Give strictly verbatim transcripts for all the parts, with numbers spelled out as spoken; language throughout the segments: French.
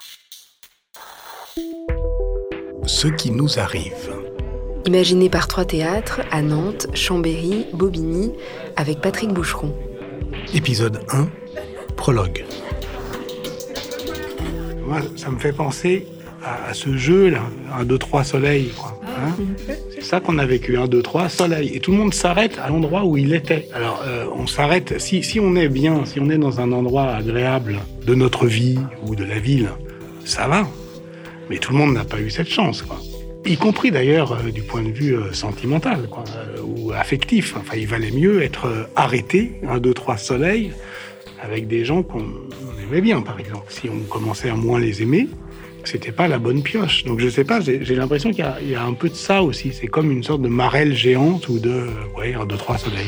Ce qui nous arrive. Imaginé par trois théâtres à Nantes, Chambéry, Bobigny, avec Patrick Boucheron. Épisode un, prologue. Moi, ça me fait penser à, à ce jeu-là, un, deux, trois, soleil, quoi. Hein, c'est ça qu'on a vécu, un, deux, trois, soleil. Et tout le monde s'arrête à l'endroit où il était. Alors, euh, on s'arrête, si, si on est bien, si on est dans un endroit agréable de notre vie ou de la ville, ça va. Mais tout le monde n'a pas eu cette chance, quoi. Y compris d'ailleurs euh, du point de vue euh, sentimental, quoi, euh, ou affectif. Enfin, il valait mieux être euh, arrêté, un, deux, trois, soleil, avec des gens qu'on on aimait bien, par exemple. Si on commençait à moins les aimer, c'était pas la bonne pioche. Donc je sais pas, j'ai, j'ai l'impression qu'il y a, il y a un peu de ça aussi. C'est comme une sorte de marelle géante ou de, euh, ouais, un, deux, trois, soleil.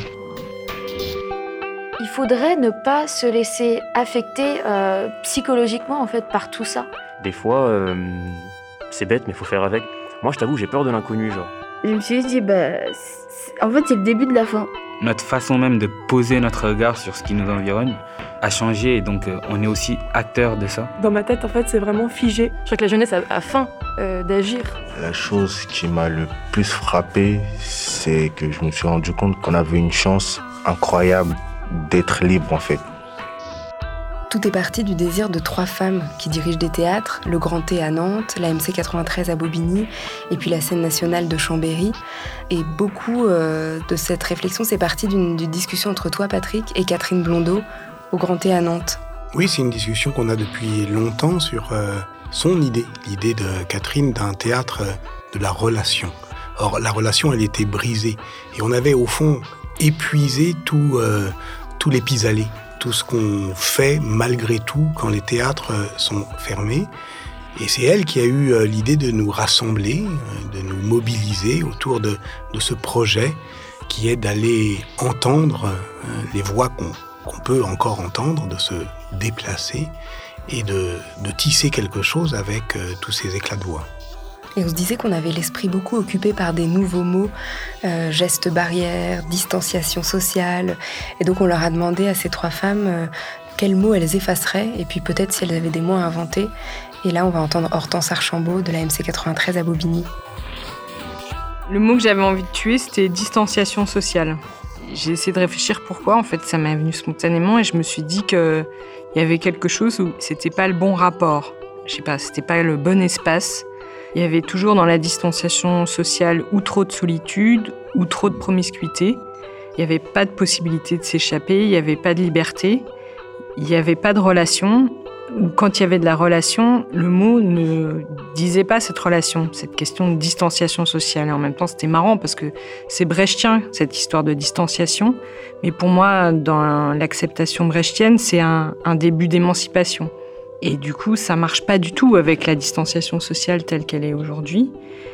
Il faudrait ne pas se laisser affecter euh, psychologiquement, en fait, par tout ça. Des fois, euh, c'est bête, mais il faut faire avec. Moi, je t'avoue, j'ai peur de l'inconnu, genre. Je me suis dit, bah, en fait, c'est le début de la fin. Notre façon même de poser notre regard sur ce qui nous environne a changé et donc euh, on est aussi acteur de ça. Dans ma tête, en fait, c'est vraiment figé. Je crois que la jeunesse a, a faim euh, d'agir. La chose qui m'a le plus frappé, c'est que je me suis rendu compte qu'on avait une chance incroyable d'être libre, en fait. Tout est parti du désir de trois femmes qui dirigent des théâtres, le Grand T à Nantes, la M C quatre-vingt-treize à Bobigny et puis la Scène nationale de Chambéry. Et beaucoup euh, de cette réflexion, c'est parti d'une, d'une discussion entre toi, Patrick, et Catherine Blondeau au Grand T à Nantes. Oui, c'est une discussion qu'on a depuis longtemps sur euh, son idée, l'idée de Catherine d'un théâtre euh, de la relation. Or, la relation, elle était brisée. Et on avait au fond épuisé tout, euh, tout les pis-aller. Tout ce qu'on fait malgré tout quand les théâtres sont fermés. Et c'est elle qui a eu l'idée de nous rassembler, de nous mobiliser autour de, de ce projet qui est d'aller entendre les voix qu'on, qu'on peut encore entendre, de se déplacer et de, de tisser quelque chose avec tous ces éclats de voix. Et on se disait qu'on avait l'esprit beaucoup occupé par des nouveaux mots, euh, gestes barrières, distanciation sociale. Et donc on leur a demandé à ces trois femmes euh, quels mots elles effaceraient, et puis peut-être si elles avaient des mots à inventer. Et là on va entendre Hortense Archambault de la M C quatre-vingt-treize à Bobigny. Le mot que j'avais envie de tuer, c'était distanciation sociale. J'ai essayé de réfléchir pourquoi, en fait ça m'est venu spontanément, et je me suis dit qu'il y avait quelque chose où c'était pas le bon rapport. Je sais pas, c'était pas le bon espace. Il y avait toujours dans la distanciation sociale ou trop de solitude, ou trop de promiscuité. Il n'y avait pas de possibilité de s'échapper, il n'y avait pas de liberté, il n'y avait pas de relation. Ou quand il y avait de la relation, le mot ne disait pas cette relation, cette question de distanciation sociale. Et en même temps, c'était marrant parce que c'est brechtien, cette histoire de distanciation. Mais pour moi, dans l'acceptation brechtienne, c'est un, un début d'émancipation. Et du coup, ça marche pas du tout avec la distanciation sociale telle qu'elle est aujourd'hui.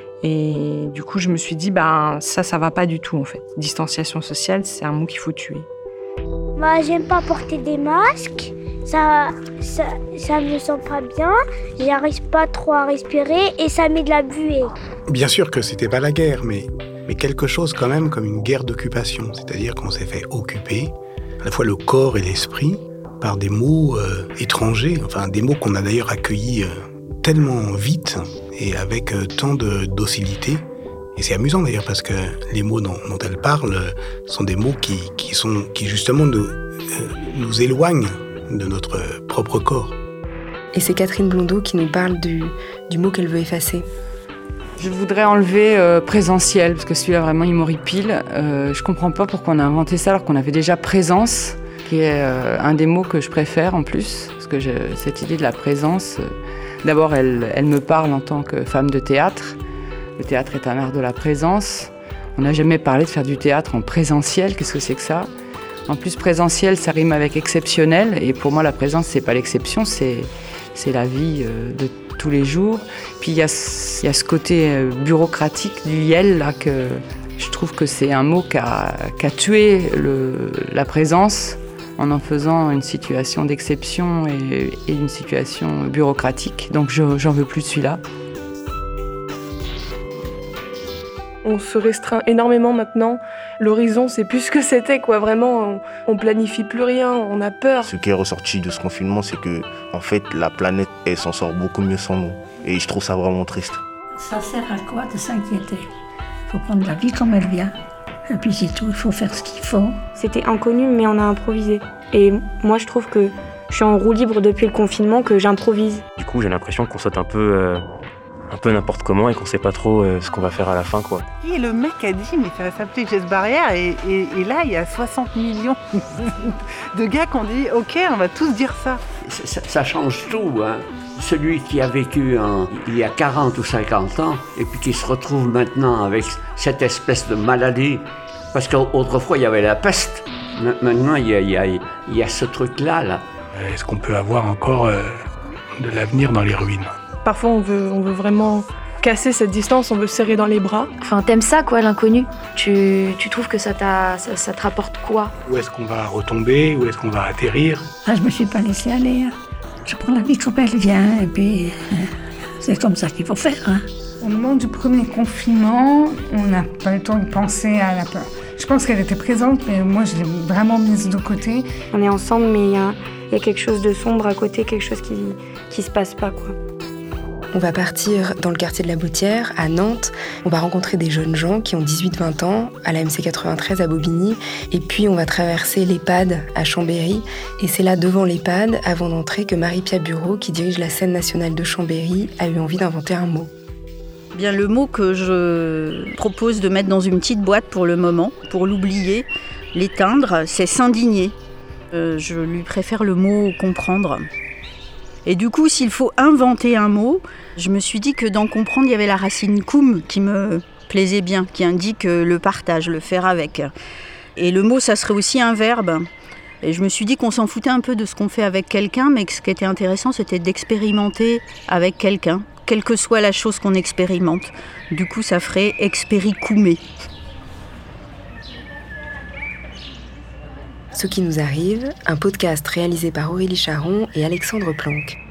Et du coup, je me suis dit, ben ça, ça va pas du tout en fait. Distanciation sociale, c'est un mot qu'il faut tuer. Moi, j'aime pas porter des masques. Ça, ça, ça me sent pas bien. J'arrive pas trop à respirer et ça met de la buée. Bien sûr que c'était pas la guerre, mais, mais quelque chose quand même comme une guerre d'occupation. C'est-à-dire qu'on s'est fait occuper, à la fois le corps et l'esprit, par des mots euh, étrangers, enfin des mots qu'on a d'ailleurs accueillis euh, tellement vite et avec euh, tant de docilité. Et c'est amusant d'ailleurs parce que les mots dont, dont elle parle euh, sont des mots qui, qui, sont, qui justement nous, euh, nous éloignent de notre euh, propre corps. Et c'est Catherine Blondeau qui nous parle du, du mot qu'elle veut effacer. Je voudrais enlever euh, présentiel, parce que celui-là vraiment il m'horripile. Euh, je comprends pas pourquoi on a inventé ça alors qu'on avait déjà présence, qui est euh, un des mots que je préfère en plus, parce que je, cette idée de la présence, euh, d'abord elle, elle me parle en tant que femme de théâtre. Le théâtre est un art de la présence. On n'a jamais parlé de faire du théâtre en présentiel, qu'est-ce que c'est que ça ? En plus, présentiel, ça rime avec exceptionnel, et pour moi la présence, c'est pas l'exception, c'est, c'est la vie euh, de tous les jours. Puis il y a, y a ce côté euh, bureaucratique du yel, là, que je trouve que c'est un mot qui a, qui a tué le, la présence, en en faisant une situation d'exception et, et une situation bureaucratique. Donc je, j'en veux plus de celui-là. On se restreint énormément maintenant l'horizon, c'est plus ce que c'était, quoi. Vraiment, on, on planifie plus rien, on a peur. Ce qui est ressorti de ce confinement, c'est que, en fait, la planète, elle s'en sort beaucoup mieux sans nous. Et je trouve ça vraiment triste. Ça sert à quoi de s'inquiéter ? Il faut prendre la vie comme elle vient. Et puis c'est tout, il faut faire ce qu'il faut. C'était inconnu, mais on a improvisé. Et moi, je trouve que je suis en roue libre depuis le confinement, que j'improvise. Du coup, j'ai l'impression qu'on saute un peu, euh, un peu n'importe comment et qu'on sait pas trop euh, ce qu'on va faire à la fin, quoi. Et le mec a dit, mais ça va s'appeler geste barrière. Et, et, et là, il y a soixante millions de gars qui ont dit, ok, on va tous dire ça. Ça, ça change tout, hein. Celui qui a vécu en, il y a quarante ou cinquante ans et puis qui se retrouve maintenant avec cette espèce de maladie. Parce qu'autrefois, il y avait la peste. Maintenant, il y a, il y a, il y a ce truc-là, là. Est-ce qu'on peut avoir encore euh, de l'avenir dans les ruines ? Parfois, on veut, on veut vraiment casser cette distance, on veut serrer dans les bras. Enfin, t'aimes ça, quoi, l'inconnu. Tu, tu trouves que ça, t'a, ça, ça te rapporte quoi ? Où est-ce qu'on va retomber ? Où est-ce qu'on va atterrir ? Ah, je me suis pas laissée aller. Hein. Je prends la vie comme elle vient et puis euh, c'est comme ça qu'il faut faire. Hein. Au moment du premier confinement, on n'a pas eu le temps de penser à la peur. Je pense qu'elle était présente, mais moi, je l'ai vraiment mise de côté. On est ensemble, mais il y a, y a quelque chose de sombre à côté, quelque chose qui qui se passe pas, quoi. On va partir dans le quartier de la Boutière, à Nantes. On va rencontrer des jeunes gens qui ont dix-huit vingt ans, à la M C quatre-vingt-treize à Bobigny. Et puis, on va traverser l'EHPAD à Chambéry. Et c'est là, devant l'EHPAD, avant d'entrer, que Marie-Pia Bureau, qui dirige la scène nationale de Chambéry, a eu envie d'inventer un mot. Bien, le mot que je propose de mettre dans une petite boîte pour le moment, pour l'oublier, l'éteindre, c'est s'indigner. Euh, je lui préfère le mot comprendre. Et du coup, s'il faut inventer un mot, je me suis dit que dans comprendre, il y avait la racine koum qui me plaisait bien, qui indique le partage, le faire avec. Et le mot, ça serait aussi un verbe. Et je me suis dit qu'on s'en foutait un peu de ce qu'on fait avec quelqu'un, mais que ce qui était intéressant, c'était d'expérimenter avec quelqu'un, quelle que soit la chose qu'on expérimente. Du coup, ça ferait expéricoumer. Ce qui nous arrive, un podcast réalisé par Aurélie Charon et Alexandre Planck.